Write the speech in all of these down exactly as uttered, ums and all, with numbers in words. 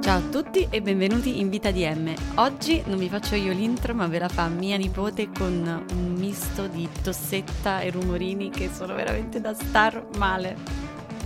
Ciao a tutti e benvenuti in Vita di M. Oggi non vi faccio io l'intro, ma ve la fa mia nipote con un misto di tossetta e rumorini che sono veramente da star male.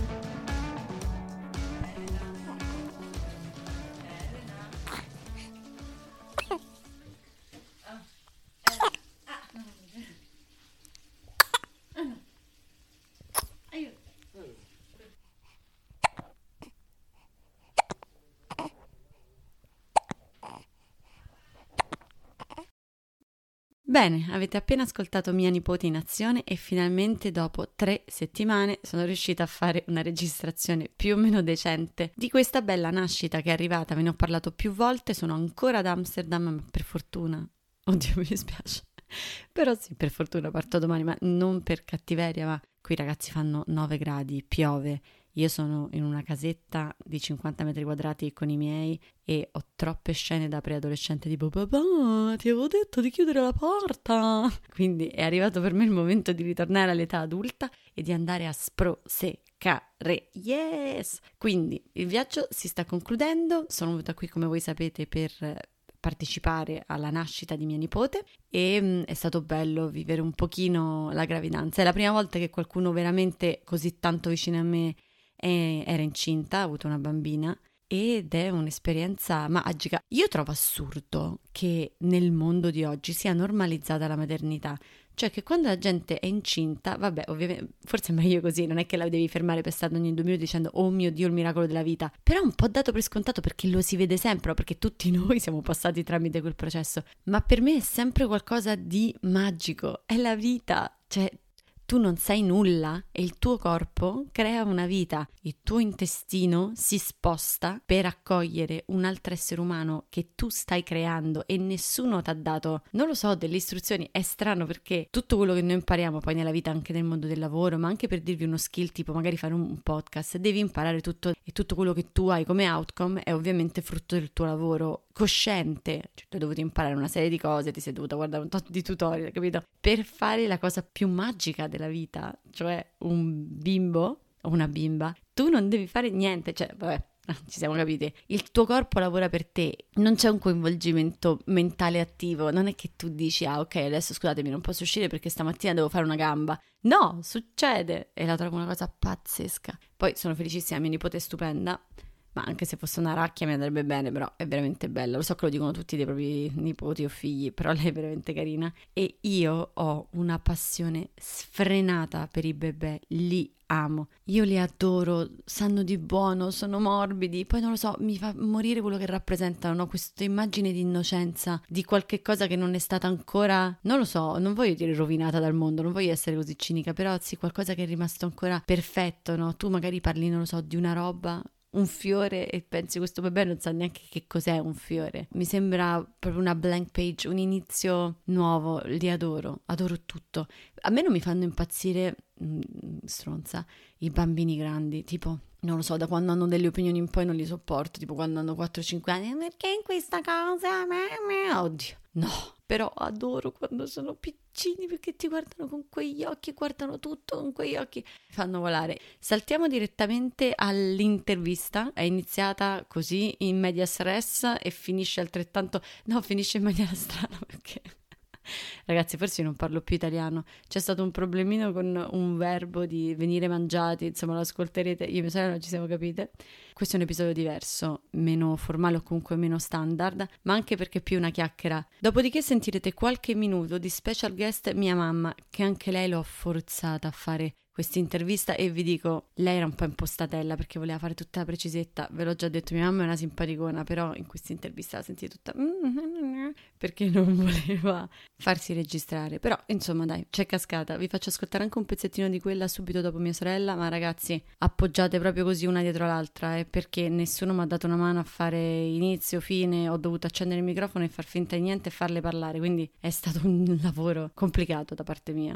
Bene, avete appena ascoltato mia nipote in azione e finalmente dopo tre settimane sono riuscita a fare una registrazione più o meno decente di questa bella nascita che è arrivata. Ve ne ho parlato più volte, sono ancora ad Amsterdam, ma per fortuna, oddio mi dispiace, però sì, per fortuna parto domani, ma non per cattiveria, ma qui ragazzi fanno nove gradi, piove. Io sono in una casetta di cinquanta metri quadrati con i miei e ho troppe scene da preadolescente tipo papà ti avevo detto di chiudere la porta, quindi è arrivato per me il momento di ritornare all'età adulta e di andare a sprosecare, yes! Quindi il viaggio si sta concludendo, sono venuta qui come voi sapete per partecipare alla nascita di mia nipote e mh, è stato bello vivere un pochino la gravidanza, è la prima volta che qualcuno veramente così tanto vicino a me E era incinta, ha avuto una bambina ed è un'esperienza magica. Io trovo assurdo che nel mondo di oggi sia normalizzata la maternità, cioè che quando la gente è incinta, vabbè, ovviamente forse è meglio così, non è che la devi fermare per stare ogni due minuti dicendo oh mio Dio il miracolo della vita, però è un po' dato per scontato perché lo si vede sempre, perché tutti noi siamo passati tramite quel processo, ma per me è sempre qualcosa di magico, è la vita, cioè tu non sai nulla e il tuo corpo crea una vita, il tuo intestino si sposta per accogliere un altro essere umano che tu stai creando e nessuno ti ha dato, non lo so, delle istruzioni. È strano perché tutto quello che noi impariamo poi nella vita, anche nel mondo del lavoro, ma anche per dirvi uno skill tipo magari fare un podcast, devi imparare tutto e tutto quello che tu hai come outcome è ovviamente frutto del tuo lavoro cosciente, cioè tu hai dovuto imparare una serie di cose, ti sei dovuta guardare un tot di tutorial, capito? Per fare la cosa più magica della vita, cioè un bimbo o una bimba, tu non devi fare niente, cioè vabbè, ci siamo capiti, il tuo corpo lavora per te, non c'è un coinvolgimento mentale attivo, non è che tu dici ah ok adesso scusatemi non posso uscire perché stamattina devo fare una gamba, no, succede e la trovo una cosa pazzesca. Poi sono felicissima, mia nipote è stupenda, ma anche se fosse una racchia mi andrebbe bene, però è veramente bella. Lo so che lo dicono tutti dei propri nipoti o figli, però lei è veramente carina. E io ho una passione sfrenata per i bebè, li amo. Io li adoro, sanno di buono, sono morbidi, poi non lo so, mi fa morire quello che rappresentano, no? Questa immagine di innocenza, di qualche cosa che non è stata ancora, non lo so, non voglio dire rovinata dal mondo, non voglio essere così cinica, però sì, qualcosa che è rimasto ancora perfetto, no? Tu magari parli, non lo so, di una roba, un fiore e pensi questo bebè non sa neanche che cos'è un fiore, mi sembra proprio una blank page, un inizio nuovo, li adoro, adoro tutto. A me non mi fanno impazzire mh, stronza i bambini grandi, tipo non lo so, da quando hanno delle opinioni in poi non li sopporto, tipo quando hanno quattro cinque anni, perché in questa cosa, oddio, no, però adoro quando sono piccini perché ti guardano con quegli occhi, guardano tutto con quegli occhi, fanno volare. Saltiamo direttamente all'intervista, è iniziata così in medias res e finisce altrettanto, no, finisce in maniera strana perché... Ragazzi, forse io non parlo più italiano, c'è stato un problemino con un verbo di venire mangiati, insomma lo ascolterete, io e mia sorella non ci siamo capite. Questo è un episodio diverso, meno formale o comunque meno standard, ma anche perché è più una chiacchiera. Dopodiché sentirete qualche minuto di special guest mia mamma, che anche lei l'ho forzata a fare questa intervista e vi dico, lei era un po' impostatella perché voleva fare tutta la precisetta, ve l'ho già detto, mia mamma è una simpaticona, però in questa intervista la sentite tutta perché non voleva farsi registrare, però insomma dai, c'è cascata, vi faccio ascoltare anche un pezzettino di quella subito dopo mia sorella, ma ragazzi appoggiate proprio così una dietro l'altra, eh, perché nessuno mi ha dato una mano a fare inizio, fine, ho dovuto accendere il microfono e far finta di niente e farle parlare, quindi è stato un lavoro complicato da parte mia.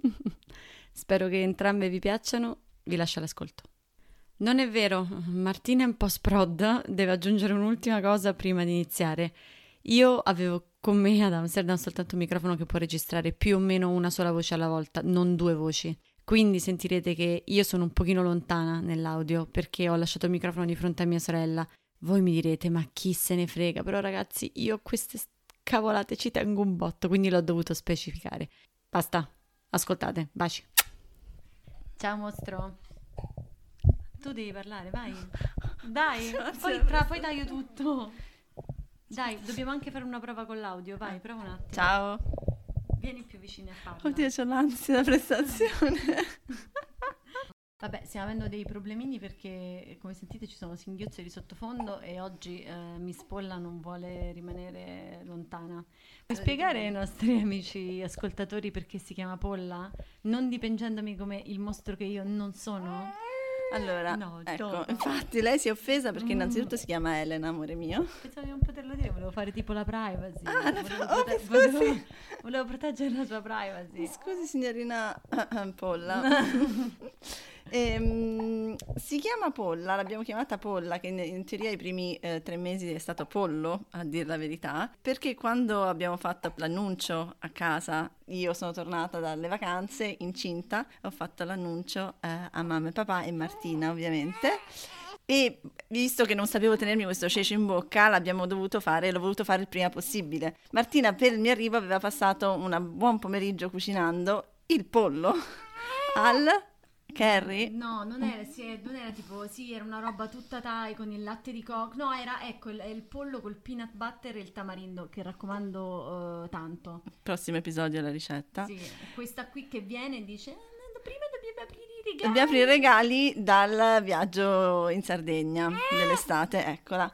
Spero che entrambe vi piacciono, vi lascio l'ascolto. Non è vero, Martina è un po' sprod, deve aggiungere un'ultima cosa prima di iniziare. Io avevo con me ad Amsterdam soltanto un microfono che può registrare più o meno una sola voce alla volta, non due voci. Quindi sentirete che io sono un pochino lontana nell'audio perché ho lasciato il microfono di fronte a mia sorella, Voi mi direte, ma chi se ne frega? Però ragazzi, io a queste cavolate ci tengo un botto, quindi l'ho dovuto specificare. Basta, ascoltate, baci. Ciao mostro. Tu devi parlare, vai. Dai, poi, tra, poi taglio tutto. Dai, dobbiamo anche fare una prova con l'audio, vai, prova un attimo. Ciao. Vieni più vicino a farlo. Oddio, c'ho l'ansia da prestazione. Vabbè, stiamo avendo dei problemini perché, come sentite, ci sono singhiozzi di sottofondo e oggi eh, Miss Polla non vuole rimanere lontana. Puoi spiegare ai nostri amici ascoltatori perché si chiama Polla? Non dipingendomi come il mostro che io non sono? Allora, No, ecco, dopo. infatti lei si è offesa perché Mm. innanzitutto si chiama Elena, amore mio. Pensavo di non poterlo dire, volevo fare tipo la privacy. Ah, la volevo, pri- oh, prote- scusi. volevo, volevo proteggere la sua privacy. Scusi signorina Polla. Ehm, si chiama Polla, l'abbiamo chiamata Polla, che in, in teoria i primi eh, tre mesi è stato Pollo, a dir la verità, perché quando abbiamo fatto l'annuncio a casa, io sono tornata dalle vacanze incinta, ho fatto l'annuncio eh, a mamma e papà e Martina ovviamente. E visto che non sapevo tenermi questo cece in bocca, l'abbiamo dovuto fare, l'ho voluto fare il prima possibile. Martina per il mio arrivo aveva passato un buon pomeriggio cucinando il pollo al curry. No, non era, sì, non era tipo, sì, era una roba tutta Thai con il latte di cocco. No, era, ecco, il, il pollo col peanut butter e il tamarindo, che raccomando uh, tanto. Prossimo episodio la ricetta. Sì, questa qui che viene e dice, "Ah, prima dobbiamo aprire i regali. Dobbiamo aprire i regali dal viaggio in Sardegna dell'estate, eccola.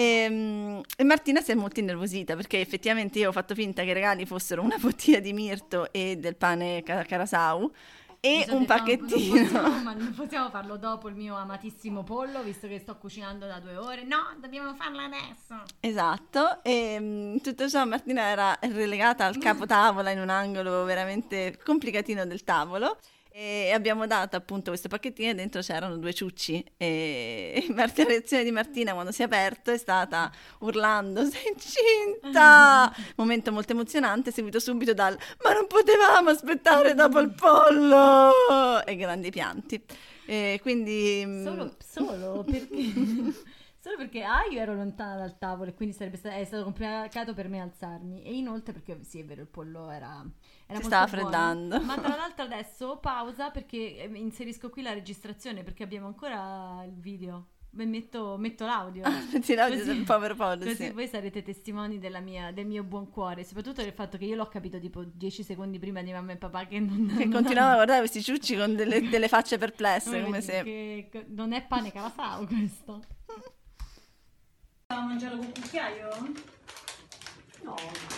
E, e Martina si è molto innervosita perché effettivamente io ho fatto finta che i regali fossero una bottiglia di mirto e del pane ca- carasau e Mi sono un detto, pacchettino. Non possiamo, ma non possiamo farlo dopo il mio amatissimo pollo, visto che sto cucinando da due ore. No, dobbiamo farlo adesso. Esatto, e mh, tutto ciò Martina era relegata al capotavola in un angolo veramente complicatino del tavolo e abbiamo dato appunto questo pacchettino e dentro c'erano due ciucci e la reazione di Martina quando si è aperto è stata urlando sei incinta, momento molto emozionante seguito subito dal ma non potevamo aspettare dopo il pollo e grandi pianti e quindi mh, Solo, solo perché... Solo perché A, io ero lontana dal tavolo e quindi sarebbe stato, è stato complicato per me alzarmi e inoltre perché sì è vero il pollo era, era si molto stava buono. freddando. Ma tra l'altro adesso pausa perché inserisco qui la registrazione perché abbiamo ancora il video. Beh, metto, metto l'audio Metti l'audio Così- del povero pollo, così sì. voi sarete testimoni della mia, del mio buon cuore, soprattutto del fatto che io l'ho capito tipo dieci secondi prima di mamma e papà che non Che non- continuava a guardare questi ciucci con delle, delle facce perplesse, come come dire, se... che- che non è pane carasau questo. Stavo mangiando con cucchiaio? No.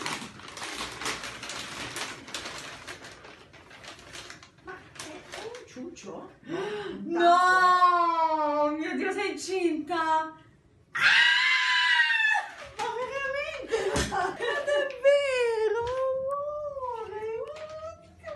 Ma è un ciuccio? No! Mio Dio, sei incinta! Ma veramente? Non è vero! Amore! Che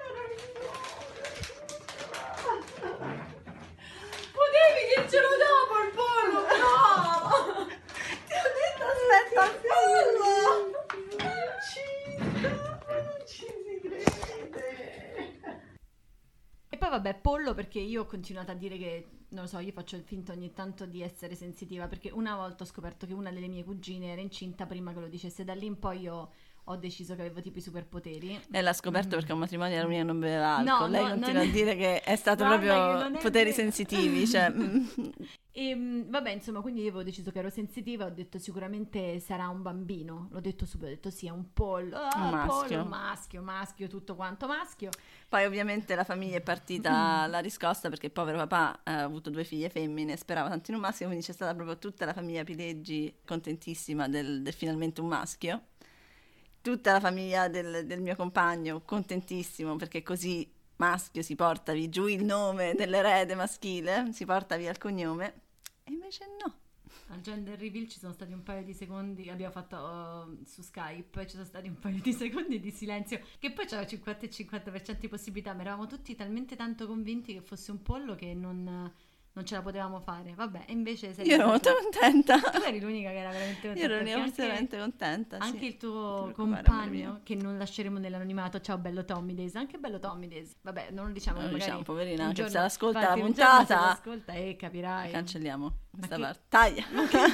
meraviglioso! Potevi dircelo dopo il pollo, no! Ti ho detto aspetta il pollo! Incinta! Non ci si crede! E poi vabbè, pollo perché io ho continuato a dire che, non lo so, io faccio finta ogni tanto di essere sensitiva perché una volta ho scoperto che una delle mie cugine era incinta prima che lo dicesse, da lì in poi io ho deciso che avevo tipo i superpoteri. Lei l'ha scoperto perché a un matrimonio era l'unica che non beveva No, alcol. Lei no, continua non a è- dire che è stato Guarda che proprio non è poteri vero. sensitivi, cioè... mm. E mh, vabbè, insomma, quindi io avevo deciso che ero sensitiva, ho detto sicuramente sarà un bambino, l'ho detto subito, ho detto sì, è un pollo, ah, Un maschio. pollo, maschio, maschio, tutto quanto maschio. Poi ovviamente la famiglia è partita alla riscossa perché il povero papà ha avuto due figlie femmine, sperava tanto in un maschio, quindi c'è stata proprio tutta la famiglia Pileggi contentissima del, del finalmente un maschio. Tutta la famiglia del, del mio compagno contentissimo perché così maschio si porta via giù il nome dell'erede maschile, si porta via il cognome e invece no. Al gender reveal ci sono stati un paio di secondi, abbiamo fatto uh, su Skype, ci sono stati un paio di secondi di silenzio, che poi c'era cinquanta e cinquanta per cento di possibilità, ma eravamo tutti talmente tanto convinti che fosse un pollo che non, non ce la potevamo fare. Vabbè, e invece sei Io ero molto contenta. Tu eri l'unica che era veramente contenta. Io ero perché anche- veramente contenta. Anche sì. il tuo Non ti preoccupare, amore mio. compagno, che non lasceremo nell'anonimato, ciao bello Tommy Days, anche bello Tommy Days. Vabbè, non lo diciamo, Non lo magari diciamo, poverina, un anche giorno- se l'ascolta la infatti, un giorno se puntata. l'ascolta e capirai. Cancelliamo questa che- parte. Taglia.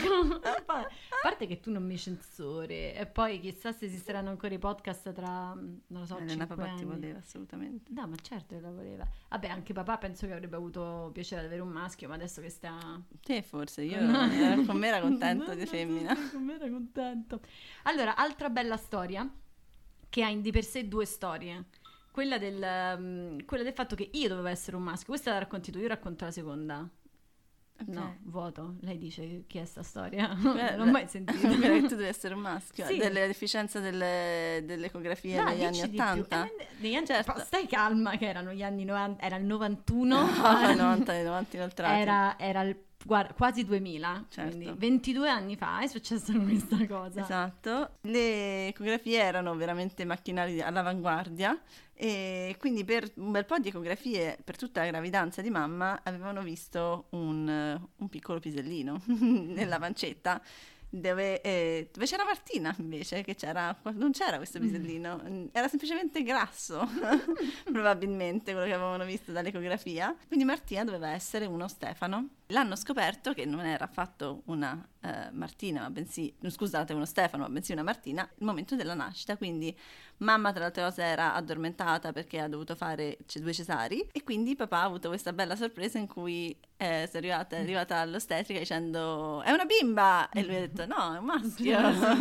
A parte che tu non mi censuri, e poi chissà se esisteranno ancora i podcast tra, non lo so, Elena cinque papà ti anni. voleva assolutamente. No, ma certo che la voleva. Vabbè, anche papà penso che avrebbe avuto piacere ad avere un maschio, ma adesso che sta... Te forse, io ero- con me era contento di No, femmina. sì, con me era contento. Allora, altra bella storia che ha in di per sé due storie. Quella del, um, quella del fatto che io dovevo essere un maschio. Questa la racconti tu, io racconto la seconda. Ok. No, vuoto. Lei dice chi è sta storia? Beh, non l'ho mai sentita. Quella che tu devi essere un maschio. Sì. Delle deficienze delle, dell'ecografia Dai, negli anni dici di più. ottanta. Eh, negli anni- Certo. però stai calma che erano gli anni novanta, era il novantuno. No, novanta, novanta inoltrati. Era, era il, guarda, quasi duemila, Certo. quindi ventidue anni fa è successa questa cosa. Esatto, le ecografie erano veramente macchinari all'avanguardia e quindi per un bel po' di ecografie per tutta la gravidanza di mamma avevano visto un, un piccolo pisellino nella pancetta dove, eh, dove c'era Martina invece, che c'era, non c'era questo pisellino, era semplicemente grasso probabilmente quello che avevano visto dall'ecografia, quindi Martina doveva essere uno Stefano. L'hanno scoperto che non era affatto una eh, Martina, ma bensì, scusate, uno Stefano, ma bensì una Martina, il momento della nascita, quindi mamma tra le altre cose era addormentata perché ha dovuto fare c- due cesari e quindi papà ha avuto questa bella sorpresa in cui eh, è arrivata, è arrivata all'ostetrica dicendo è una bimba e lui ha detto no, è un maschio,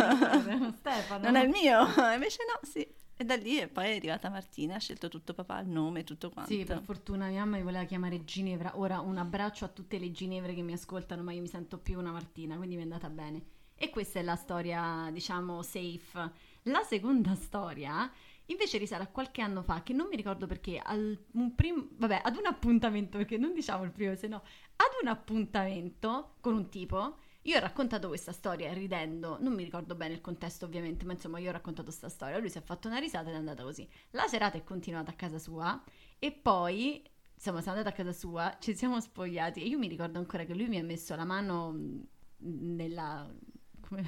Stefano. non è il mio, e invece no, sì. E da lì e poi è arrivata Martina, ha scelto tutto papà, il nome, tutto quanto. Sì, per fortuna mia mamma mi voleva chiamare Ginevra. Ora un abbraccio a tutte le Ginevre che mi ascoltano, ma io mi sento più una Martina, quindi mi è andata bene. E questa è la storia, diciamo, safe. La seconda storia invece risale a qualche anno fa, che non mi ricordo perché, al, un prim- vabbè, ad un appuntamento, perché non diciamo il primo, se no, ad un appuntamento con un tipo. Io ho raccontato questa storia ridendo, non mi ricordo bene il contesto ovviamente, ma insomma io ho raccontato questa storia, lui si è fatto una risata ed è andata così. La serata è continuata a casa sua e poi, insomma, siamo andati a casa sua, ci siamo spogliati e io mi ricordo ancora che lui mi ha messo la mano mh, nella... come...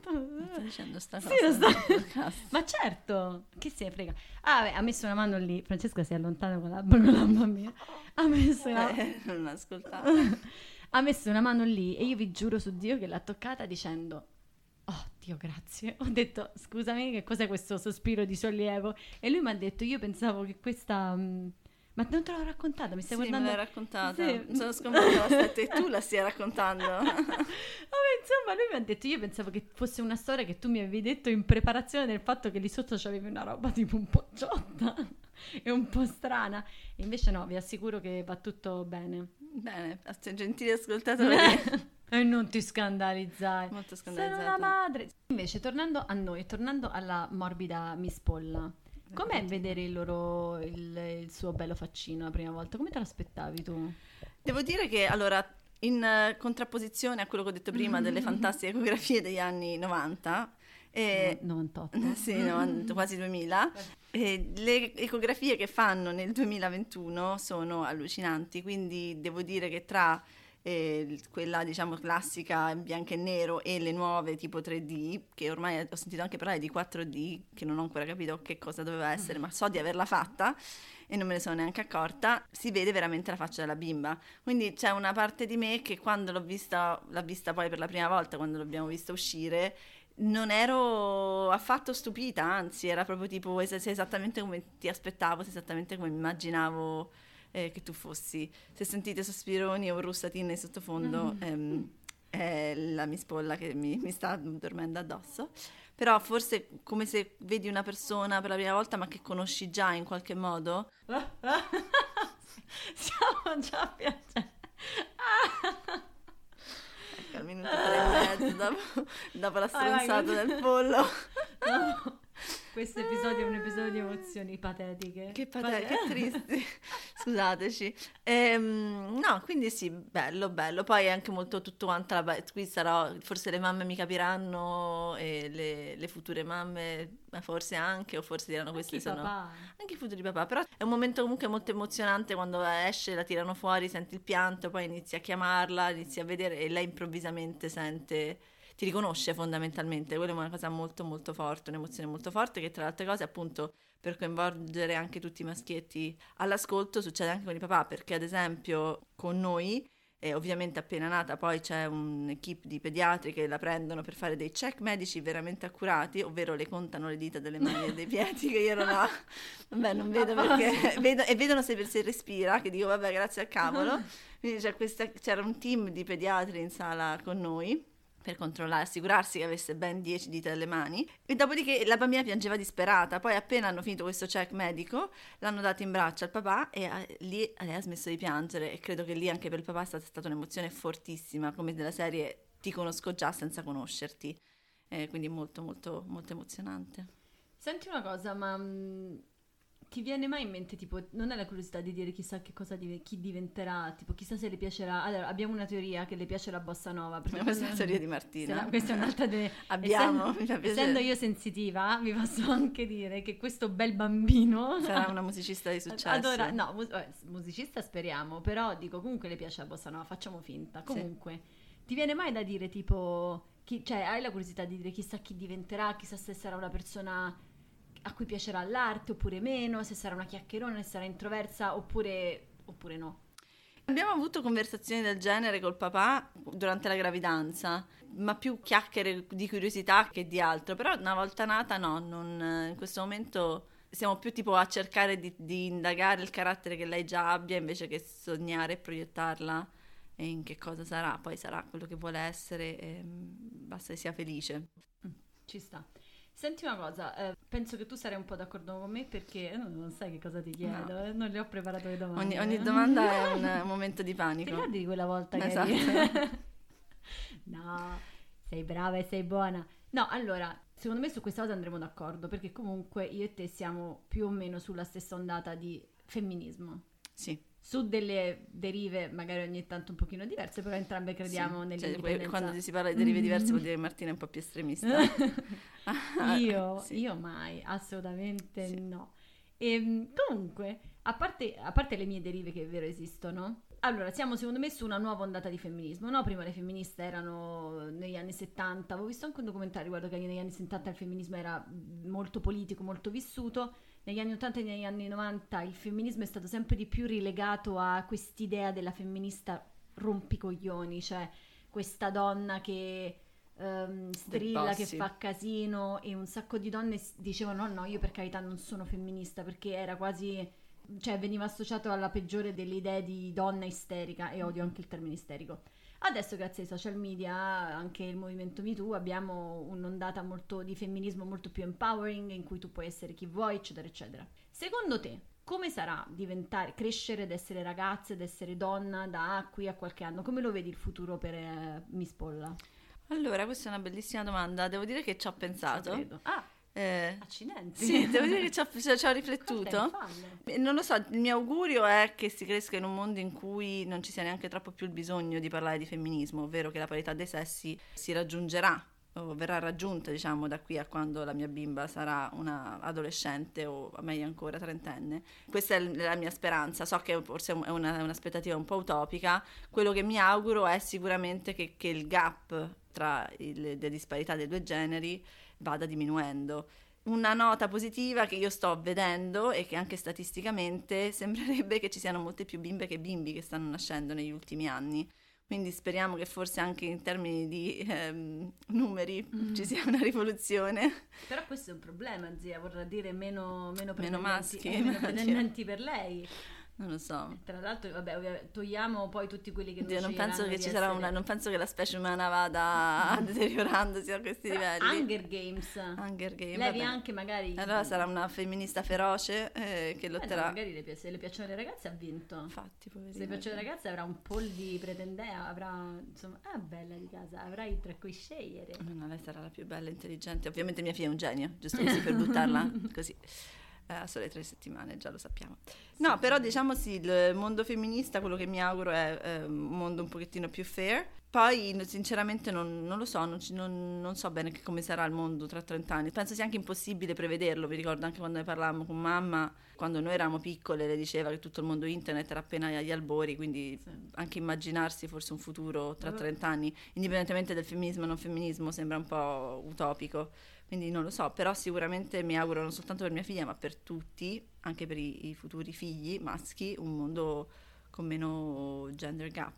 Sto dicendo sta Sì, cosa lo nel sto- podcast. Ma certo, che se ne frega. Ah, beh, ha messo una mano lì, Francesca si allontana con la, con la bambina, ha messo una... Eh, non ascoltavo. ha messo una mano lì e io vi giuro su Dio che l'ha toccata dicendo oh Dio grazie, ho detto scusami che cos'è questo sospiro di sollievo e lui mi ha detto io pensavo che questa mh, ma non te l'ho raccontata, mi stai Sì, me guardando? l'hai raccontata. Sì. Sono sconvolta aspetta, e tu la stai raccontando. Vabbè, insomma lui mi ha detto io pensavo che fosse una storia che tu mi avevi detto in preparazione del fatto che lì sotto c'avevi una roba tipo un po' ciotta e un po' strana e invece no, vi assicuro che va tutto bene. Bene, gentili ascoltatori. E non ti scandalizzare. Molto Sei scandalizzata. una madre. Invece, tornando a noi, tornando alla morbida Miss Polla, com'è vedere il loro il, il suo bello faccino la prima volta? Come te l'aspettavi tu? Devo dire che allora, in eh, contrapposizione a quello che ho detto prima delle fantastiche ecografie degli anni novanta, eh, novantotto. sì, novanta, quasi duemila, eh, le ecografie che fanno nel duemilaventuno sono allucinanti, quindi devo dire che tra eh, quella diciamo classica in bianco e nero e le nuove tipo tre D, che ormai ho sentito anche parlare di quattro D, che non ho ancora capito che cosa doveva essere, ma so di averla fatta e non me ne sono neanche accorta, si vede veramente la faccia della bimba. Quindi c'è una parte di me che quando l'ho vista, l'ha vista poi per la prima volta, quando l'abbiamo vista uscire, non ero affatto stupita, anzi era proprio tipo sei esattamente come ti aspettavo, sei esattamente come immaginavo eh, che tu fossi. Se sentite sospironi o russatine in sottofondo, mm-hmm. ehm, è la Miss Polla che mi, mi sta dormendo addosso. Però forse come se vedi una persona per la prima volta ma che conosci già in qualche modo. Stiamo già piacendo. Ecco, al minuto tre e mezzo dopo, dopo la stronzata del pollo. No. Questo episodio è un episodio di emozioni patetiche. Che patetiche, che tristi. Scusateci. Ehm, no, quindi sì, bello, bello. Poi è anche molto tutto quanto la... Qui sarò, forse le mamme mi capiranno e le, le future mamme forse anche, o forse diranno questi Anche sono... papà. Anche i futuri papà. Però è un momento comunque molto emozionante quando esce, la tirano fuori, senti il pianto, poi inizi a chiamarla, inizi a vedere e lei improvvisamente sente... ti riconosce fondamentalmente, quella è una cosa molto molto forte, un'emozione molto forte che tra le altre cose appunto per coinvolgere anche tutti i maschietti all'ascolto succede anche con i papà, perché ad esempio con noi, eh, ovviamente appena nata poi c'è un'equipe di pediatri che la prendono per fare dei check medici veramente accurati, ovvero le contano le dita delle mani e dei piedi che io non ho, vabbè non vedo perché, vedo, e vedono se, se respira, che dico vabbè grazie al cavolo, quindi c'è questa, c'era un team di pediatri in sala con noi per controllare, assicurarsi che avesse ben dieci dita delle mani, e dopodiché la bambina piangeva disperata. Poi appena hanno finito questo check medico l'hanno dato in braccio al papà e a, lì lei ha smesso di piangere, e credo che lì anche per il papà è stata, stata un'emozione fortissima, come della serie ti conosco già senza conoscerti, eh, quindi molto molto molto emozionante. Senti una cosa, ma mh, ti viene mai in mente, tipo, non è la curiosità di dire chissà che cosa div- chi diventerà, tipo chissà se le piacerà. Allora, abbiamo una teoria che le piace la bossa nova, perché Questa è quando- la teoria di Martina. Sì, no, questa è un'altra de- Abbiamo, essendo, mi fa piacere. essendo io sensitiva, vi posso anche dire che questo bel bambino Sarà una musicista di successo. adora, no, mus- eh, musicista speriamo, però dico comunque le piace la bossa nova, facciamo finta. Comunque, ti viene mai da dire tipo, chi, cioè hai la curiosità di dire chissà chi diventerà, chissà se sarà una persona a cui piacerà l'arte oppure meno, se sarà una chiacchierona, se sarà introversa oppure, oppure no? Abbiamo avuto conversazioni del genere col papà durante la gravidanza, ma più chiacchiere di curiosità che di altro, però una volta nata no, non, in questo momento siamo più tipo a cercare di, di indagare il carattere che lei già abbia invece che sognare e proiettarla e in che cosa sarà, poi sarà quello che vuole essere e basta che sia felice. Mm, ci sta. Senti una cosa, eh, penso che tu sarai un po' d'accordo con me perché eh, non, non sai che cosa ti chiedo, No. eh, non le ho preparato le domande. Ogni, ogni domanda è un, un momento di panico. Ti ricordi di quella volta che Esatto. eri... No, sei brava e sei buona. No, allora, secondo me su questa cosa andremo d'accordo, perché comunque io e te siamo più o meno sulla stessa ondata di femminismo. Sì. Su delle derive magari ogni tanto un pochino diverse, però entrambe crediamo Sì, nell'indipendenza. cioè, quando si parla di derive diverse vuol dire che Martina è un po' più estremista. io, Sì. io mai, assolutamente Sì. no. E comunque, a parte, a parte le mie derive che è vero esistono, allora siamo secondo me su una nuova ondata di femminismo, no? Prima le femministe erano negli anni settanta, avevo visto anche un documentario riguardo che negli anni settanta il femminismo era molto politico, molto vissuto. Negli anni ottanta e negli anni novanta il femminismo è stato sempre di più rilegato a quest'idea della femminista rompicoglioni, cioè questa donna che ehm, strilla, che bossi. fa casino, e un sacco di donne s- dicevano no, no, io per carità non sono femminista, perché era quasi, cioè veniva associato alla peggiore delle idee di donna isterica, e odio anche il termine isterico. Adesso grazie ai social media, anche il movimento Me Too, abbiamo un'ondata molto di femminismo molto più empowering, in cui tu puoi essere chi vuoi, eccetera, eccetera. Secondo te, come sarà diventare, crescere ed essere ragazza ed essere donna da qui a qualche anno? Come lo vedi il futuro per eh, Miss Polla? Allora, questa è una bellissima domanda. Devo dire che ci ho pensato. Credo. Ah, Eh, accidenti. sì, devo dire che ci ho, ci ho- ci ho Cosa riflettuto. devi farle? Eh, Non lo so, il mio augurio è che si cresca in un mondo in cui non ci sia neanche troppo più il bisogno di parlare di femminismo, ovvero che la parità dei sessi si raggiungerà o verrà raggiunta, diciamo, da qui a quando la mia bimba sarà una adolescente o meglio ancora trentenne. Questa è l- la mia speranza. So che forse è una- è un'aspettativa un po' utopica. Quello che mi auguro è sicuramente che, che il gap tra il- le disparità dei due generi vada diminuendo. Una nota positiva che io sto vedendo e che anche statisticamente sembrerebbe che ci siano molte più bimbe che bimbi che stanno nascendo negli ultimi anni. Quindi speriamo che forse anche in termini di ehm, numeri Mm. ci sia una rivoluzione. Però questo è un problema, zia, vorrà dire meno, meno, Meno pretendenti- maschi, eh, meno immagino. pretendenti per lei. Non lo so. Tra l'altro, vabbè, ovviamente, togliamo poi tutti quelli che non Dio, non penso che ci essere... sarà una, non penso che la specie umana vada deteriorandosi a questi livelli. Hunger Games. Hunger Games. Levi vabbè. anche magari... Allora sarà una femminista feroce eh, che lotterà. Eh no, magari le pi- se le piacciono le ragazze ha vinto. Infatti, poverina. Se le piacciono le ragazze avrà un poll di pretendea, avrà, insomma, ah, bella di casa, avrai tra cui scegliere. No, lei sarà la più bella e intelligente. Ovviamente mia figlia è un genio, giusto così per buttarla così. A sole tre settimane, già lo sappiamo. No, però diciamo sì, il mondo femminista, quello che mi auguro è eh, un mondo un pochettino più fair. Poi sinceramente non, non lo so, non, non, non so bene che come sarà il mondo tra trenta anni. Penso sia anche impossibile prevederlo. Mi ricordo anche quando ne parlavamo con mamma, quando noi eravamo piccole, le diceva che tutto il mondo internet era appena agli albori, quindi sì. Anche immaginarsi forse un futuro tra trenta anni, indipendentemente del femminismo o non femminismo, sembra un po' utopico. Quindi non lo so, però sicuramente mi auguro non soltanto per mia figlia, ma per tutti, anche per i, i futuri figli maschi, un mondo con meno gender gap.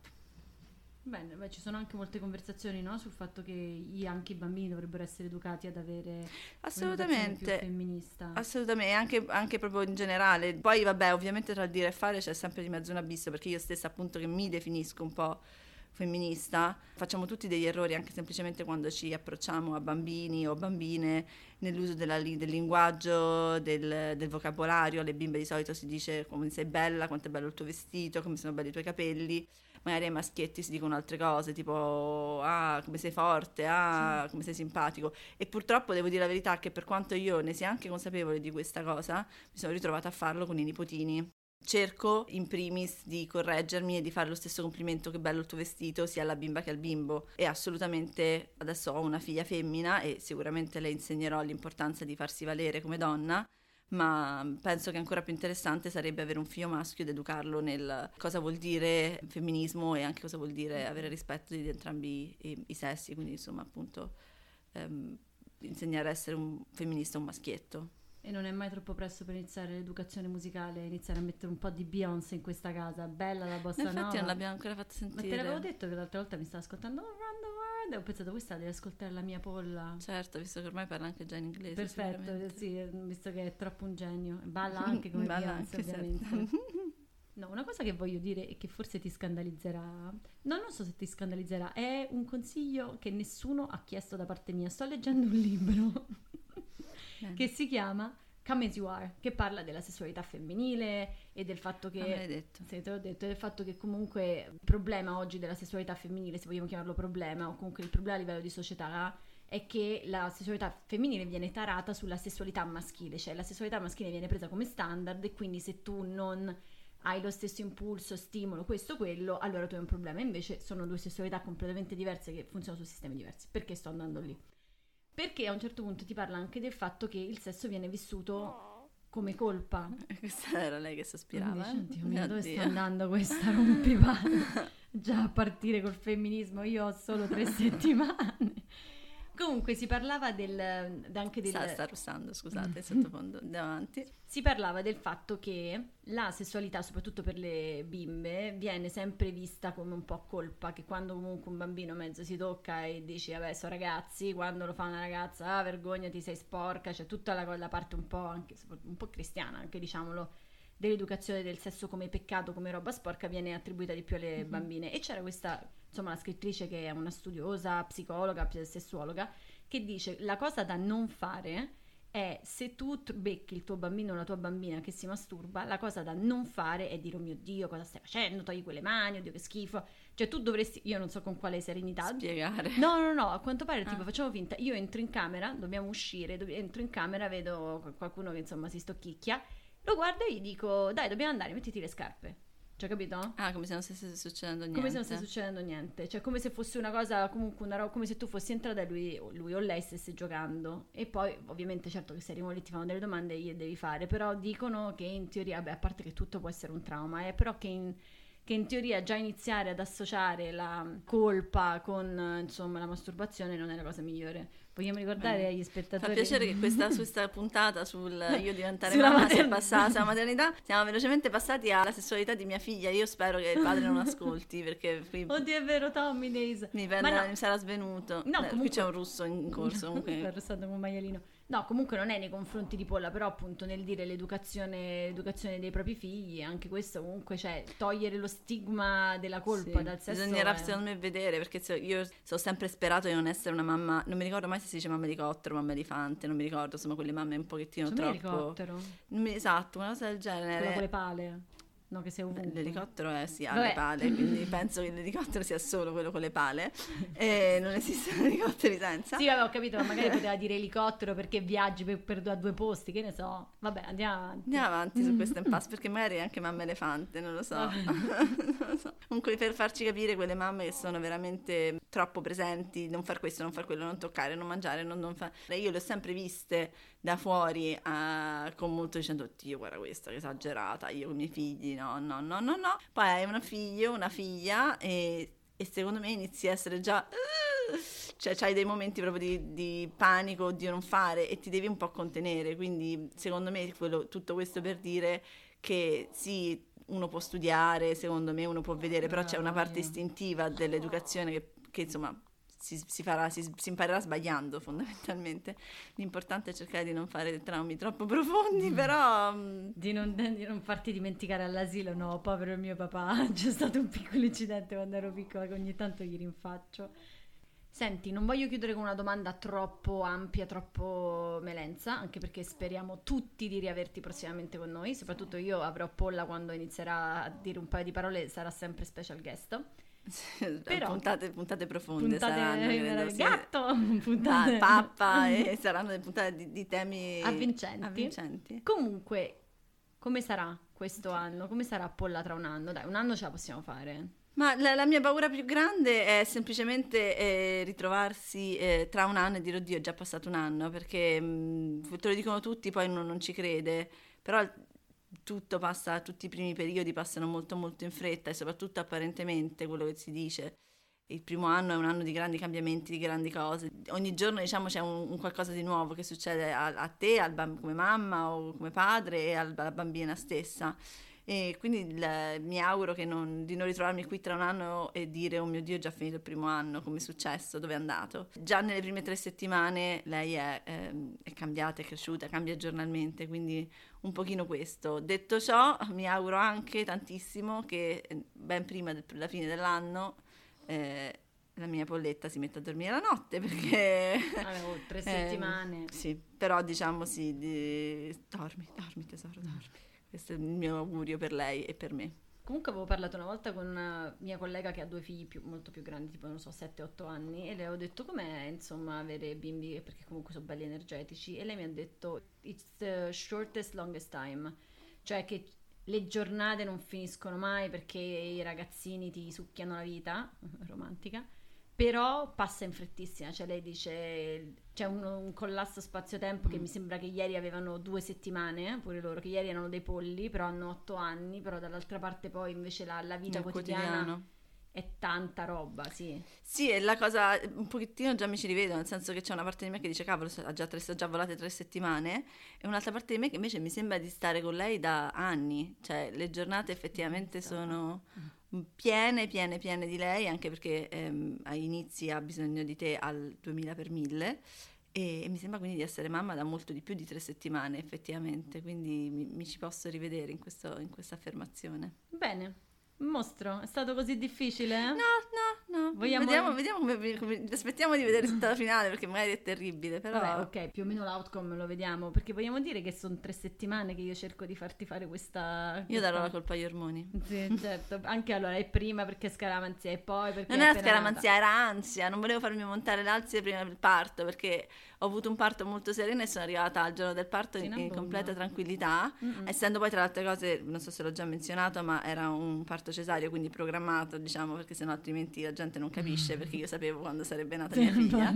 Bene, beh, ci sono anche molte conversazioni, no, sul fatto che anche i bambini dovrebbero essere educati ad avere assolutamente più femminista. Assolutamente, anche, anche proprio in generale. Poi vabbè, ovviamente tra il dire e fare c'è sempre di mezzo un abisso, perché io stessa appunto che mi definisco un po' femminista, facciamo tutti degli errori anche semplicemente quando ci approcciamo a bambini o bambine nell'uso della, del linguaggio, del, del vocabolario. Alle bimbe di solito si dice come sei bella, quanto è bello il tuo vestito, come sono belli i tuoi capelli. Magari ai maschietti si dicono altre cose, tipo ah, come sei forte, ah, sì. Come sei simpatico. E purtroppo devo dire la verità che per quanto io ne sia anche consapevole di questa cosa, mi sono ritrovata a farlo con i nipotini. Cerco in primis di correggermi e di fare lo stesso complimento, che bello il tuo vestito, sia alla bimba che al bimbo. E assolutamente adesso ho una figlia femmina e sicuramente le insegnerò l'importanza di farsi valere come donna, ma penso che ancora più interessante sarebbe avere un figlio maschio ed educarlo nel cosa vuol dire femminismo e anche cosa vuol dire avere rispetto di entrambi i, i sessi, quindi insomma appunto ehm, insegnare a essere un femminista un maschietto. E non è mai troppo presto per iniziare l'educazione musicale, iniziare a mettere un po' di Beyoncé in questa casa, bella la bossa nova. Infatti non l'abbiamo ancora fatta sentire. Ma te l'avevo detto che l'altra volta mi stava ascoltando Around the World e ho pensato questa devi ascoltare la mia polla. Certo, visto che ormai parla anche già in inglese. Perfetto, sì, visto che è troppo un genio. Balla anche come Balla Beyoncé, anche, ovviamente. Certo. No, una cosa che voglio dire e che forse ti scandalizzerà, no, non so se ti scandalizzerà, è un consiglio che nessuno ha chiesto da parte mia. Sto leggendo un libro che si chiama Come As You Are, che parla della sessualità femminile e del fatto che... Ah, me l'hai detto. Sì, te l'ho detto, del fatto che comunque il problema oggi della sessualità femminile, se vogliamo chiamarlo problema, o comunque il problema a livello di società, è che la sessualità femminile viene tarata sulla sessualità maschile, cioè la sessualità maschile viene presa come standard e quindi se tu non hai lo stesso impulso, stimolo, questo, quello, allora tu hai un problema. Invece sono due sessualità completamente diverse che funzionano su sistemi diversi. Perché sto andando lì? Perché a un certo punto ti parla anche del fatto che il sesso viene vissuto come colpa. Questa era lei che sospirava. Invece, eh? Dio mio, dove Oddio. sta andando questa rompipalle? Già a partire col femminismo, io ho solo tre settimane. Comunque si parlava del anche del sta, sta russando, scusate, sottofondo, andiamo avanti. Si parlava del fatto che la sessualità, soprattutto per le bimbe, viene sempre vista come un po' colpa, che quando comunque un bambino mezzo si tocca e dici vabbè sono ragazzi, quando lo fa una ragazza, ah vergognati sei sporca, c'è tutta la, la parte un po' anche un po' cristiana, anche diciamolo, dell'educazione del sesso come peccato, come roba sporca, viene attribuita di più alle mm-hmm. bambine. E c'era questa, insomma, la scrittrice che è una studiosa, psicologa, sessuologa, che dice la cosa da non fare è se tu becchi il tuo bambino o la tua bambina che si masturba, la cosa da non fare è dire oh mio Dio cosa stai facendo, togli quelle mani, oddio che schifo, cioè tu dovresti, io non so con quale serenità spiegare, no no no, a quanto pare tipo ah. facciamo finta, io entro in camera, dobbiamo uscire, do- entro in camera, vedo qualcuno che insomma si stocchicchia, lo guardo e gli dico dai dobbiamo andare, mettiti le scarpe. Cioè, capito? Ah, come se non stesse succedendo niente. Come se non stesse succedendo niente. Cioè, come se fosse una cosa, comunque una roba, come se tu fossi entrata e lui, lui o lei stesse giocando. E poi, ovviamente, certo che se arrivano lì ti fanno delle domande e gli devi fare. Però dicono che in teoria, beh, a parte che tutto può essere un trauma, eh, però che in, che in teoria già iniziare ad associare la colpa con, insomma, la masturbazione non è la cosa migliore. Vogliamo ricordare eh. agli spettatori... Fa piacere che questa, su questa puntata sul io diventare Sulla mamma mater- sia passata sulla maternità. Siamo velocemente passati alla sessualità di mia figlia. Io spero che il padre non ascolti perché qui oddio è vero Tommy Days mi, prende, no. mi sarà svenuto. No, eh, comunque... qui c'è un russo in corso comunque. Sta arrostando come un maialino. No, comunque non è nei confronti di Polla, però appunto nel dire l'educazione, l'educazione dei propri figli, anche questo comunque, cioè togliere lo stigma della colpa Sì, dal sesso. bisognerà è... secondo me vedere, perché se- io ho sempre sperato di non essere una mamma, non mi ricordo mai se si dice mamma elicottero, mamma elefante, non mi ricordo, insomma quelle mamme un pochettino Secondo me troppo... l'elicottero, Non mi- Esatto, una cosa del quella genere. con le pale, no, che sei ovunque. L'elicottero è, sì, ha Vabbè. le pale, quindi penso che l'elicottero sia solo quello con le pale e non esistono elicotteri senza. Sì, vabbè, ho capito, ma magari poteva dire elicottero perché viaggi per, per a due posti, che ne so. Vabbè, andiamo avanti. Andiamo avanti su questo impasse, perché magari è anche mamma elefante, non lo so. Non lo so. Comunque, per farci capire quelle mamme che sono veramente troppo presenti, non far questo, non far quello, non toccare, non mangiare, non, non fare... Io le ho sempre viste da fuori uh, con molto dicendo, oddio, guarda questa che esagerata, io con i miei figli, no, no, no, no, no. Poi hai una figlia, una figlia e, e secondo me inizi a essere già... Uh, cioè c'hai dei momenti proprio di, di panico, di non fare e ti devi un po' contenere, quindi secondo me quello, tutto questo per dire che sì, uno può studiare, secondo me uno può vedere, però c'è una parte istintiva dell'educazione che, che insomma si, si farà, si, si imparerà sbagliando fondamentalmente. L'importante è cercare di non fare traumi troppo profondi, però... Di non, di non farti dimenticare all'asilo, no, povero il mio papà, c'è stato un piccolo incidente quando ero piccola che ogni tanto gli rinfaccio. Senti, non voglio chiudere con una domanda troppo ampia, troppo melenza, anche perché speriamo tutti di riaverti prossimamente con noi, soprattutto io avrò Polla quando inizierà a dire un paio di parole, sarà sempre special guest. Però, puntate, puntate profonde puntate, saranno, credo, sì. Gatto, puntate... Ah, pappa, e saranno delle puntate di, di temi avvincenti. avvincenti. Comunque, come sarà questo anno? Come sarà Polla tra un anno? Dai, un anno ce la possiamo fare. Ma la, la mia paura più grande è semplicemente eh, ritrovarsi eh, tra un anno e dire oddio è già passato un anno, perché mh, te lo dicono tutti, poi uno non ci crede, però tutto passa, tutti i primi periodi passano molto molto in fretta e soprattutto apparentemente quello che si dice. Il primo anno è un anno di grandi cambiamenti, di grandi cose. Ogni giorno diciamo c'è un, un qualcosa di nuovo che succede a, a te, al bamb- come mamma o come padre e al, alla bambina stessa. E quindi il, mi auguro che non, di non ritrovarmi qui tra un anno e dire oh mio Dio è già finito il primo anno, come è successo, dove è andato. Già nelle prime tre settimane lei è, ehm, è cambiata, è cresciuta, cambia giornalmente, quindi un pochino questo. Detto ciò, mi auguro anche tantissimo che ben prima della fine dell'anno eh, la mia Polletta si metta a dormire la notte, perché... Avevo tre settimane. Eh, sì, però diciamo sì, di... dormi, dormi tesoro, dormi. Questo è il mio augurio per lei e per me. Comunque avevo parlato una volta con una mia collega che ha due figli più, molto più grandi, tipo non so, sette otto anni, e le ho detto com'è insomma avere bimbi, perché comunque sono belli energetici, e lei mi ha detto it's the shortest longest time, cioè che le giornate non finiscono mai perché i ragazzini ti succhiano la vita, romantica, però passa in frettissima, cioè lei dice c'è un, un collasso spazio-tempo che mm. mi sembra che ieri avevano due settimane, pure loro, che ieri erano dei polli, però hanno otto anni, però dall'altra parte poi invece la, la vita quotidiana quotidiano. È tanta roba, sì. Sì, è la cosa, un pochettino già mi ci rivedo, nel senso che c'è una parte di me che dice cavolo, ha già, tre, già volate tre settimane, e un'altra parte di me che invece mi sembra di stare con lei da anni, cioè le giornate effettivamente sono piene, piene, piene di lei, anche perché ehm, a inizi ha bisogno di te al duemila per mille, e, e mi sembra quindi di essere mamma da molto di più di tre settimane effettivamente, quindi mi, mi ci posso rivedere in, questo, in questa affermazione. Bene. Mostro, è stato così difficile? No, no, no. Vogliamo... Vediamo, vediamo come, come... Aspettiamo di vedere tutta la finale, perché magari è terribile, però... Vabbè, ok, più o meno l'outcome lo vediamo, perché vogliamo dire che sono tre settimane che io cerco di farti fare questa... Io questa... darò la colpa agli ormoni. Sì, certo. Anche allora, è prima perché scaramanzia e poi perché... Non era scaramanzia, era ansia. Non volevo farmi montare l'ansia prima del parto, perché ho avuto un parto molto sereno e sono arrivata al giorno del parto in, in completa tranquillità, Mm-mm. essendo poi tra le altre cose, non so se l'ho già menzionato, ma era un parto cesareo, quindi programmato, diciamo, perché sennò altrimenti la gente non capisce, perché io sapevo quando sarebbe nata mia figlia.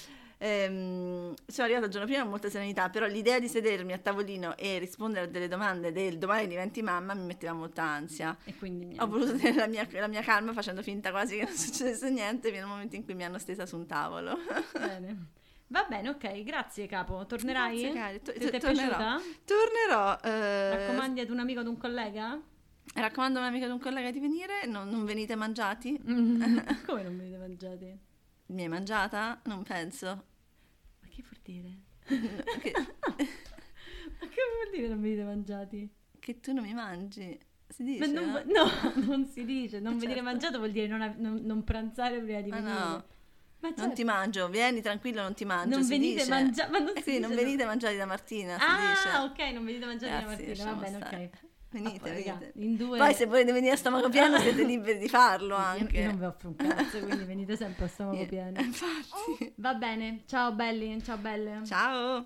ehm, sono arrivata il giorno prima con molta serenità, però l'idea di sedermi a tavolino e rispondere a delle domande del domani diventi mamma mi metteva molta ansia, e quindi ho voluto tenere la mia, la mia calma facendo finta quasi che non succedesse niente fino al momento in cui mi hanno stesa su un tavolo. Bene. Va bene, ok, grazie capo. Tornerai? Grazie, cari. To- Se ti è tornerò. piaciuta? Tornerò. Eh... Raccomandi ad un amico, ad un collega? Raccomando a un amico, ad un collega di venire. Non, non venite mangiati? Come non venite mangiati? Mi hai mangiata? Non penso. Ma che vuol dire? che, Ma che vuol dire non venite mangiati? che tu non mi mangi, si dice, Ma non, no? no, non si dice, non Certo. venire mangiato vuol dire non, av- non- non pranzare prima di Ma venire. no. Ma Non certo. ti mangio, vieni tranquillo, non ti mangio, Non si venite dice. mangia- ma non Eh si sì, dice, non no. venite mangiati da Martina, si Ah, dice. ok, non venite mangiati la Ragazzi, mattina, va lasciamo bene, stare. ok. Venite, Ah, poi, raga, venite. in due... Poi se volete venire a stomaco pieno siete liberi di farlo Io- anche. Io non vi offro un cazzo, quindi venite sempre a stomaco Niente, pieno. Infatti. Va bene, ciao belli, ciao belle. Ciao.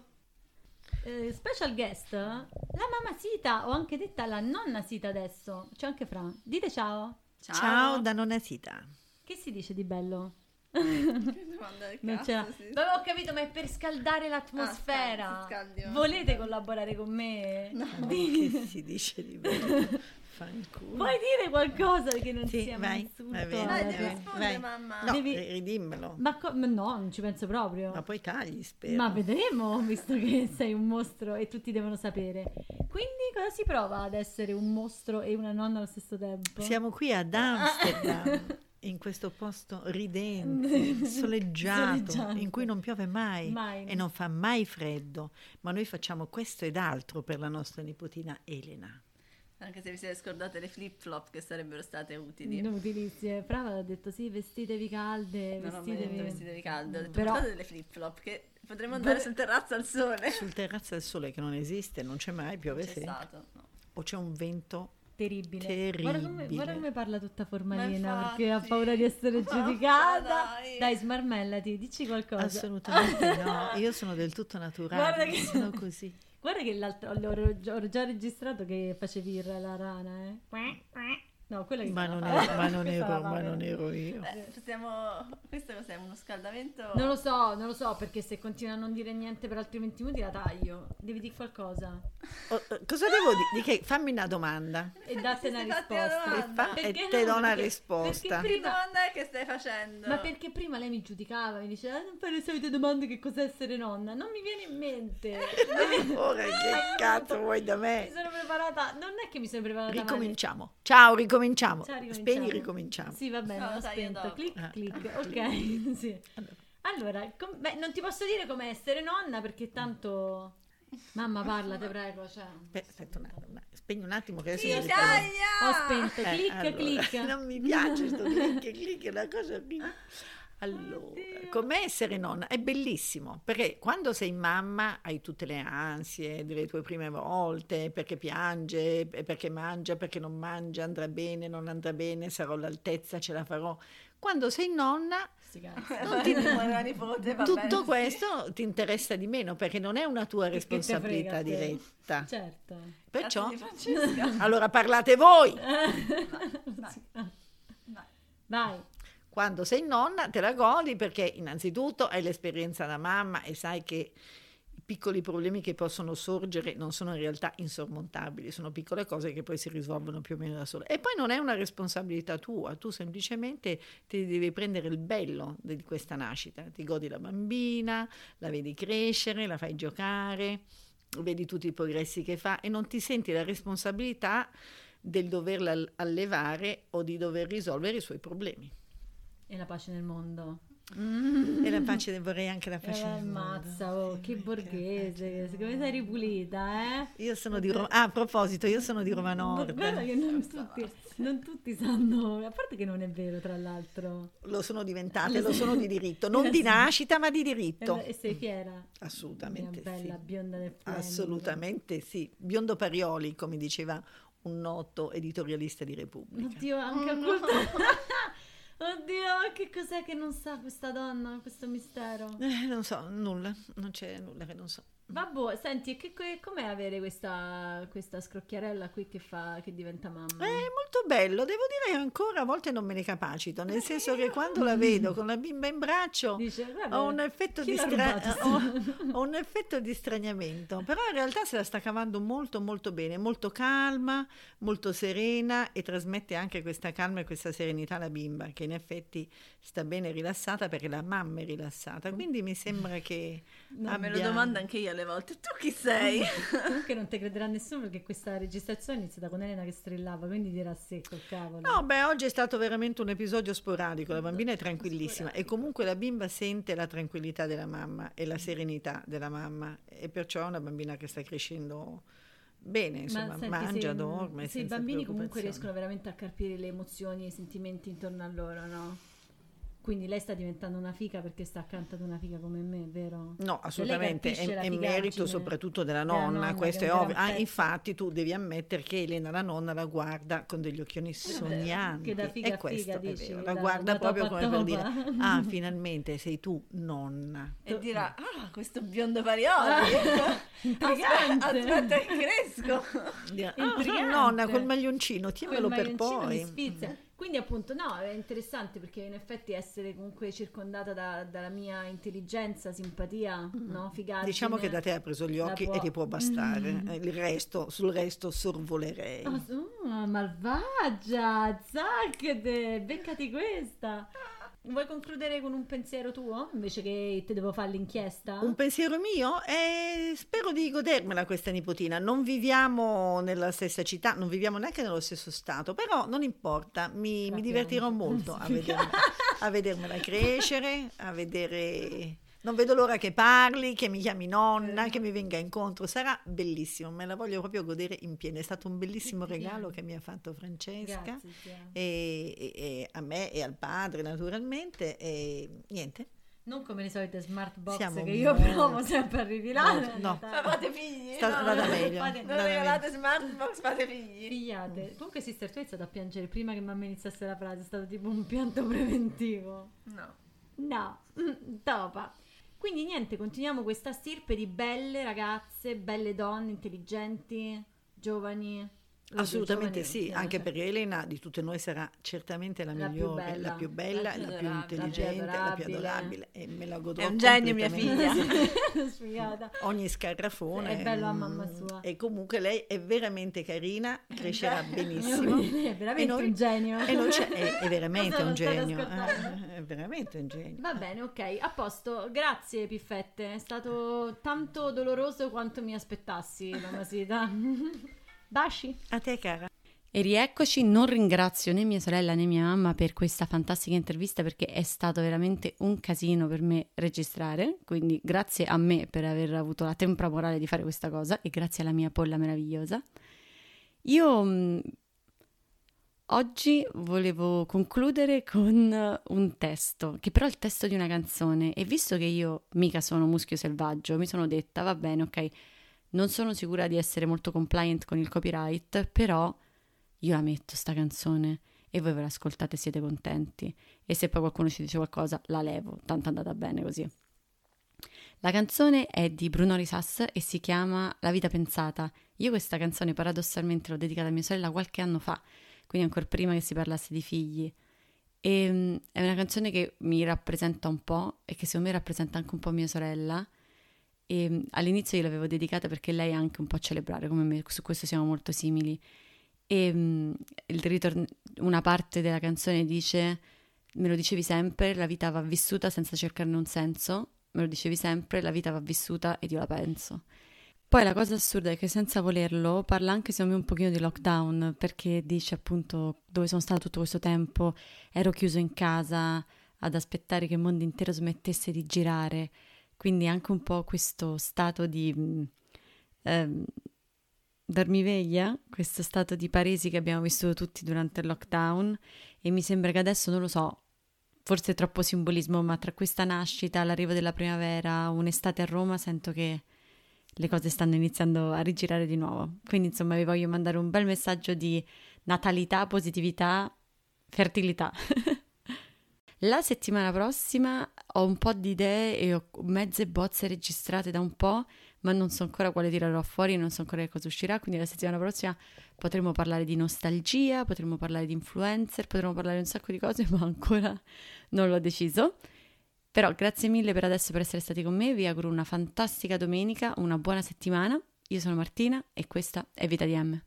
Eh, special guest, la mamma Sita, o anche detta la nonna Sita adesso. C'è anche Fra. Dite ciao. Ciao. Ciao da nonna Sita. Che si dice di bello? Che domanda del Non cazzo, c'è. sì. Vabbè, ho capito, ma è per scaldare l'atmosfera. Ah, scaldi, scaldi, Volete scaldi. collaborare con me? No. Di- Che si dice di bello? Fanculo. Puoi dire qualcosa che non Sì, sia un vai, insulto? va bene, Dai, alla devi vai, tua- rispondere, vai. mamma. No, Devi- ri- ridimmelo. Ma, co- ma no, non ci penso proprio. Ma poi tagli, spero. Ma vedremo, visto che sei un mostro e tutti devono sapere. Quindi cosa si prova ad essere un mostro e una nonna allo stesso tempo? Siamo qui ad Amsterdam, in questo posto ridente, soleggiato, Soleggiante. in cui non piove mai, Mai. e non fa mai freddo. Ma noi facciamo questo ed altro per la nostra nipotina Elena. Anche se vi siete scordate le flip flop che sarebbero state utili. Inutilissime. Brava ha detto sì, vestitevi calde, Non ho mai vestitevi... detto vestitevi calde, ho detto Però- portate delle flip flop che potremmo andare Dove- sul terrazzo al sole. Sul terrazzo del sole che non esiste, non c'è mai, piove C'è sempre. stato, no. O c'è un vento Terribile. Terribile. Guarda come, guarda come parla tutta formalina Ma perché ha infatti. paura di essere Ma giudicata. dai. Dai, smarmellati, dici qualcosa. Assolutamente no, io sono del tutto naturale, Guarda che- sono così. Guarda che l'altro l'ho, ho già registrato che facevi il la rana, eh. No, quella che Ma stava non, facendo. ero, ma, non Questa ero, la ma Paola. non ero io. Eh, possiamo... Questo cos'è? Uno scaldamento? Non lo so, non lo so, perché se continua a non dire niente per altri venti minuti la taglio. Devi dire qualcosa. Oh, eh, cosa devo dire? Di che? Fammi una domanda E date una Ti fatti una risposta. domanda. e, fa- e Perché te no? do una Perché- risposta. perché Che prima- domanda è che stai facendo? Ma perché prima lei mi giudicava, mi diceva "Ah, non fare le solite domande che cos'è essere nonna". Non mi viene in mente. Ora che cazzo vuoi da Mi me? sono preparata, non è che mi sono preparata male. Ricominciamo. Ciao, ricominciamo. Ciao, ricominciamo. Spegni, ricominciamo. Sì, va bene, No, l'ho dai, spento. dopo. Clic, Ah, clic. ah, Ok, sì. Allora. Allora, com- beh, non ti posso dire come essere nonna perché tanto... Mamma, parla, te prego. Cioè. Beh, aspetta un attimo, spegni un attimo che adesso Sì, mi dai, ricordo. ya! Ho spento, Eh, clic, allora, clic. Non mi piace sto clic, clic, è una cosa orribile. Allora, com'è essere nonna? È bellissimo, perché quando sei mamma hai tutte le ansie delle tue prime volte, perché piange, perché mangia, perché non mangia, andrà bene, non andrà bene, sarò all'altezza, ce la farò. Quando sei nonna, Sti cazzi. Non ti muore la nipote, va bene, tutto sì. questo ti interessa di meno, perché non è una tua Che te responsabilità frega a te. diretta. Certo. Perciò, Cazzo di Francesca. allora parlate voi. Vai. Vai. Quando sei nonna te la godi perché innanzitutto hai l'esperienza da mamma e sai che i piccoli problemi che possono sorgere non sono in realtà insormontabili, sono piccole cose che poi si risolvono più o meno da sole. E poi non è una responsabilità tua, tu semplicemente ti devi prendere il bello di questa nascita, ti godi la bambina, la vedi crescere, la fai giocare, vedi tutti i progressi che fa e non ti senti la responsabilità del doverla allevare o di dover risolvere i suoi problemi. E la pace nel mondo. E la pace, vorrei anche la pace Eh, nel mondo. ammazza, oh, che borghese, come sei ripulita, eh? Io sono di Roma. Ah, a proposito, io sono di Roma Nord. Guarda che non tutti, non tutti sanno, a parte che non è vero, tra l'altro. Lo sono diventate, lo sono di diritto, non di nascita, ma di diritto. E, e sei fiera? Assolutamente Mia bella sì. bionda del Flamengo. Assolutamente sì. Biondo Parioli, come diceva un noto editorialista di Repubblica. Oddio, anche occulto. Oddio, che cos'è che non sa questa donna, questo mistero? Eh, non so, nulla, non c'è nulla che non so. Vabbè, senti, che, che, com'è avere questa, questa scrocchiarella qui che fa, che diventa mamma? È molto bello, devo dire che ancora a volte non me ne capacito, nel senso che quando la vedo con la bimba in braccio Dice, guarda, ho un effetto chi di l'ha stra- rubato? ho, ho un effetto di straniamento, però in realtà se la sta cavando molto molto bene, molto calma, molto serena e trasmette anche questa calma e questa serenità alla bimba, che in effetti sta bene rilassata perché la mamma è rilassata, quindi mi sembra che No, abbia... me lo domanda anche io alle volte. Tu chi sei? Comunque non ti crederà nessuno, perché questa registrazione è iniziata con Elena che strillava, quindi dirà secco, cavolo. No, beh, oggi è stato veramente un episodio sporadico, la bambina è tranquillissima e comunque la bimba sente la tranquillità della mamma e la serenità della mamma, e perciò è una bambina che sta crescendo bene, insomma, Ma senti, mangia, se, dorme. se i senza bambini comunque preoccupazioni. riescono veramente a carpire le emozioni e i sentimenti intorno a loro, no? Quindi lei sta diventando una figa perché sta accanto ad una figa come me, vero? No, assolutamente, Cioè, lei è, capisce è la merito figaggine soprattutto della della nonna, nonna, questo che è è un ovvio. gran Ah, pezzo. infatti tu devi ammettere che Elena la nonna la guarda con degli occhioni sognanti, che da figa e a questo figa, è dici, vero, la da- guarda da proprio topa a come per dire, topa. ah, finalmente sei tu nonna. E dirà, ah, questo biondo Parioli. Intrigante. Aspetta che cresco. Dirà, ah, Intrigante. nonna col maglioncino, Quel tienilo per maglioncino poi. mi sfizia. Quindi appunto no, è interessante perché in effetti essere comunque circondata da- dalla mia intelligenza, simpatia, no, figaggine. Diciamo che da te ha preso gli la occhi può- e ti può bastare. Mm. Eh, Il resto, sul resto sorvolerei. Ah, su- ah, malvagia, zacchete, beccati questa. Vuoi concludere con un pensiero tuo invece che te devo fare l'inchiesta? Un pensiero mio è spero di godermela questa nipotina. Non viviamo nella stessa città, non viviamo neanche nello stesso stato, però non importa, mi, mi divertirò molto a, vedermela, a vedermela crescere, a vedere... Non vedo l'ora che parli, che mi chiami nonna, che mi venga incontro, sarà bellissimo, me la voglio proprio godere in pieno. È stato un bellissimo regalo che mi ha fatto Francesca. Grazie, zia. E, e- e a me e al padre naturalmente, e niente. Non come le solite smart box Siamo che io molto- provo sempre a rivelare. No, no. Ma fate figli. Sta- no, vada no, meglio, fate- Non vada regalate smartbox, fate figli. Figliate. Comunque Sister, tu hai iniziato a piangere prima che mamma iniziasse la frase, è stato tipo un pianto preventivo. No. No, mm, topa. Quindi niente, continuiamo questa stirpe di belle ragazze, belle donne, intelligenti, giovani. Oddio, Assolutamente giovani, sì, no, anche cioè, perché Elena di tutte noi sarà certamente la, La più migliore, bella, la più bella, la più la più adorabile, intelligente, la più adorabile. adorabile, e me la godrò È un genio, mia completamente. figlia. sfigata. Ogni scarrafone È bello a mm, mamma sua. e comunque lei è veramente carina, crescerà benissimo È veramente e noi- un genio. e non c'è, è, è veramente Lo un state genio, ascoltando. eh, è veramente un genio. Va bene, ok, a posto. Grazie Piffette, è stato tanto doloroso quanto mi aspettassi, Mamasita. Baci. A te cara. E rieccoci, non ringrazio né mia sorella né mia mamma per questa fantastica intervista perché è stato veramente un casino per me registrare, quindi grazie a me per aver avuto la tempra morale di fare questa cosa e grazie alla mia polla meravigliosa. Io mh, oggi volevo concludere con un testo, che però è il testo di una canzone, e visto che io mica sono muschio selvaggio, mi sono detta, va bene, ok, non sono sicura di essere molto compliant con il copyright, però io la metto sta canzone e voi ve l'ascoltate e siete contenti, e se poi qualcuno ci dice qualcosa la levo, tanto è andata bene così. La canzone è di Bruno Risas e si chiama La vita pensata. Io questa canzone paradossalmente l'ho dedicata a mia sorella qualche anno fa, quindi ancora prima che si parlasse di figli, e mm, è una canzone che mi rappresenta un po' e che secondo me rappresenta anche un po' mia sorella. E mm, all'inizio io l'avevo dedicata perché lei è anche un po' a celebrare come me, su questo siamo molto simili. E mm, il ritorn- una parte della canzone dice: me lo dicevi sempre, la vita va vissuta senza cercarne un senso, me lo dicevi sempre, la vita va vissuta ed io la penso. Poi la cosa assurda è che senza volerlo parla anche secondo me un pochino di lockdown, perché dice appunto dove sono stata tutto questo tempo, ero chiuso in casa ad aspettare che il mondo intero smettesse di girare, quindi anche un po' questo stato di mm, ehm, dormiveglia, questo stato di paresi che abbiamo vissuto tutti durante il lockdown, e mi sembra che adesso, non lo so, forse è troppo simbolismo, ma tra questa nascita, l'arrivo della primavera, un'estate a Roma, sento che le cose stanno iniziando a rigirare di nuovo. Quindi insomma vi voglio mandare un bel messaggio di natalità, positività, fertilità. La settimana prossima ho un po' di idee e ho mezze bozze registrate da un po', ma non so ancora quale tirerò fuori, non so ancora che cosa uscirà, quindi la settimana prossima potremo parlare di nostalgia, potremo parlare di influencer, potremo parlare di un sacco di cose, ma ancora non l'ho deciso. Però grazie mille per adesso per essere stati con me, vi auguro una fantastica domenica, una buona settimana. Io sono Martina e questa è Vita di M.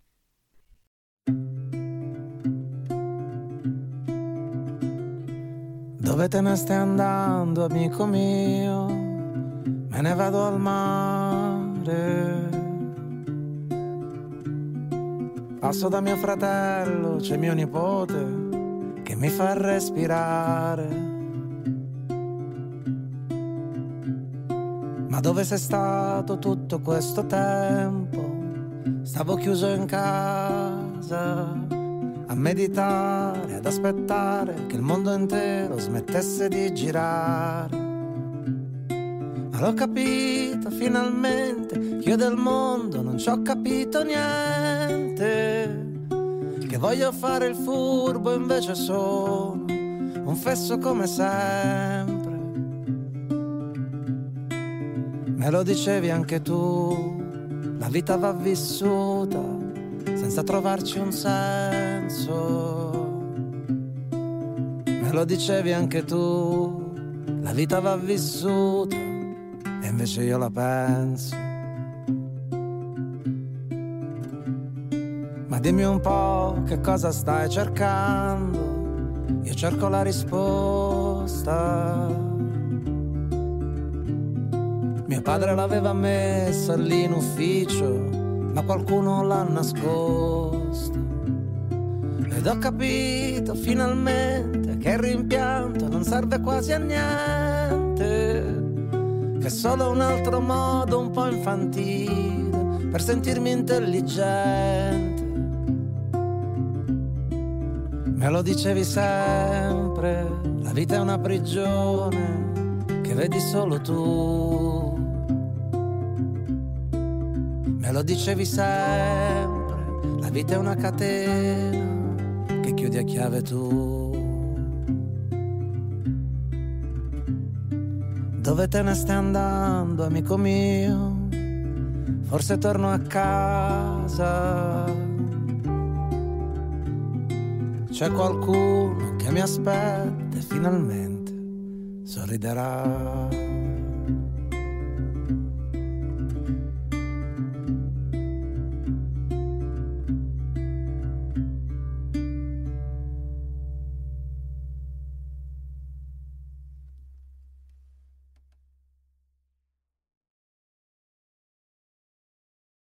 Dove te ne stai andando, amico mio? Me ne vado al mare Passo da mio fratello, c'è mio nipote che mi fa respirare. Ma dove sei stato tutto questo tempo? Stavo chiuso in casa a meditare, ad aspettare che il mondo intero smettesse di girare. Ma l'ho capito finalmente, che io del mondo non ci ho capito niente, che voglio fare il furbo invece sono un fesso come sempre. Me lo dicevi anche tu, la vita va vissuta senza trovarci un senso. Me lo dicevi anche tu, la vita va vissuta e invece io la penso. Ma dimmi un po' che cosa stai cercando, io cerco la risposta. Mio padre l'aveva messa lì in ufficio, ma qualcuno l'ha nascosta. Ed ho capito finalmente che il rimpianto non serve quasi a niente, che è solo un altro modo un po' infantile per sentirmi intelligente. Me lo dicevi sempre, la vita è una prigione che vedi solo tu. Me lo dicevi sempre, la vita è una catena che chiudi a chiave tu. Dove te ne stai andando, amico mio? Forse torno a casa. C'è qualcuno che mi aspetta e finalmente sorriderà.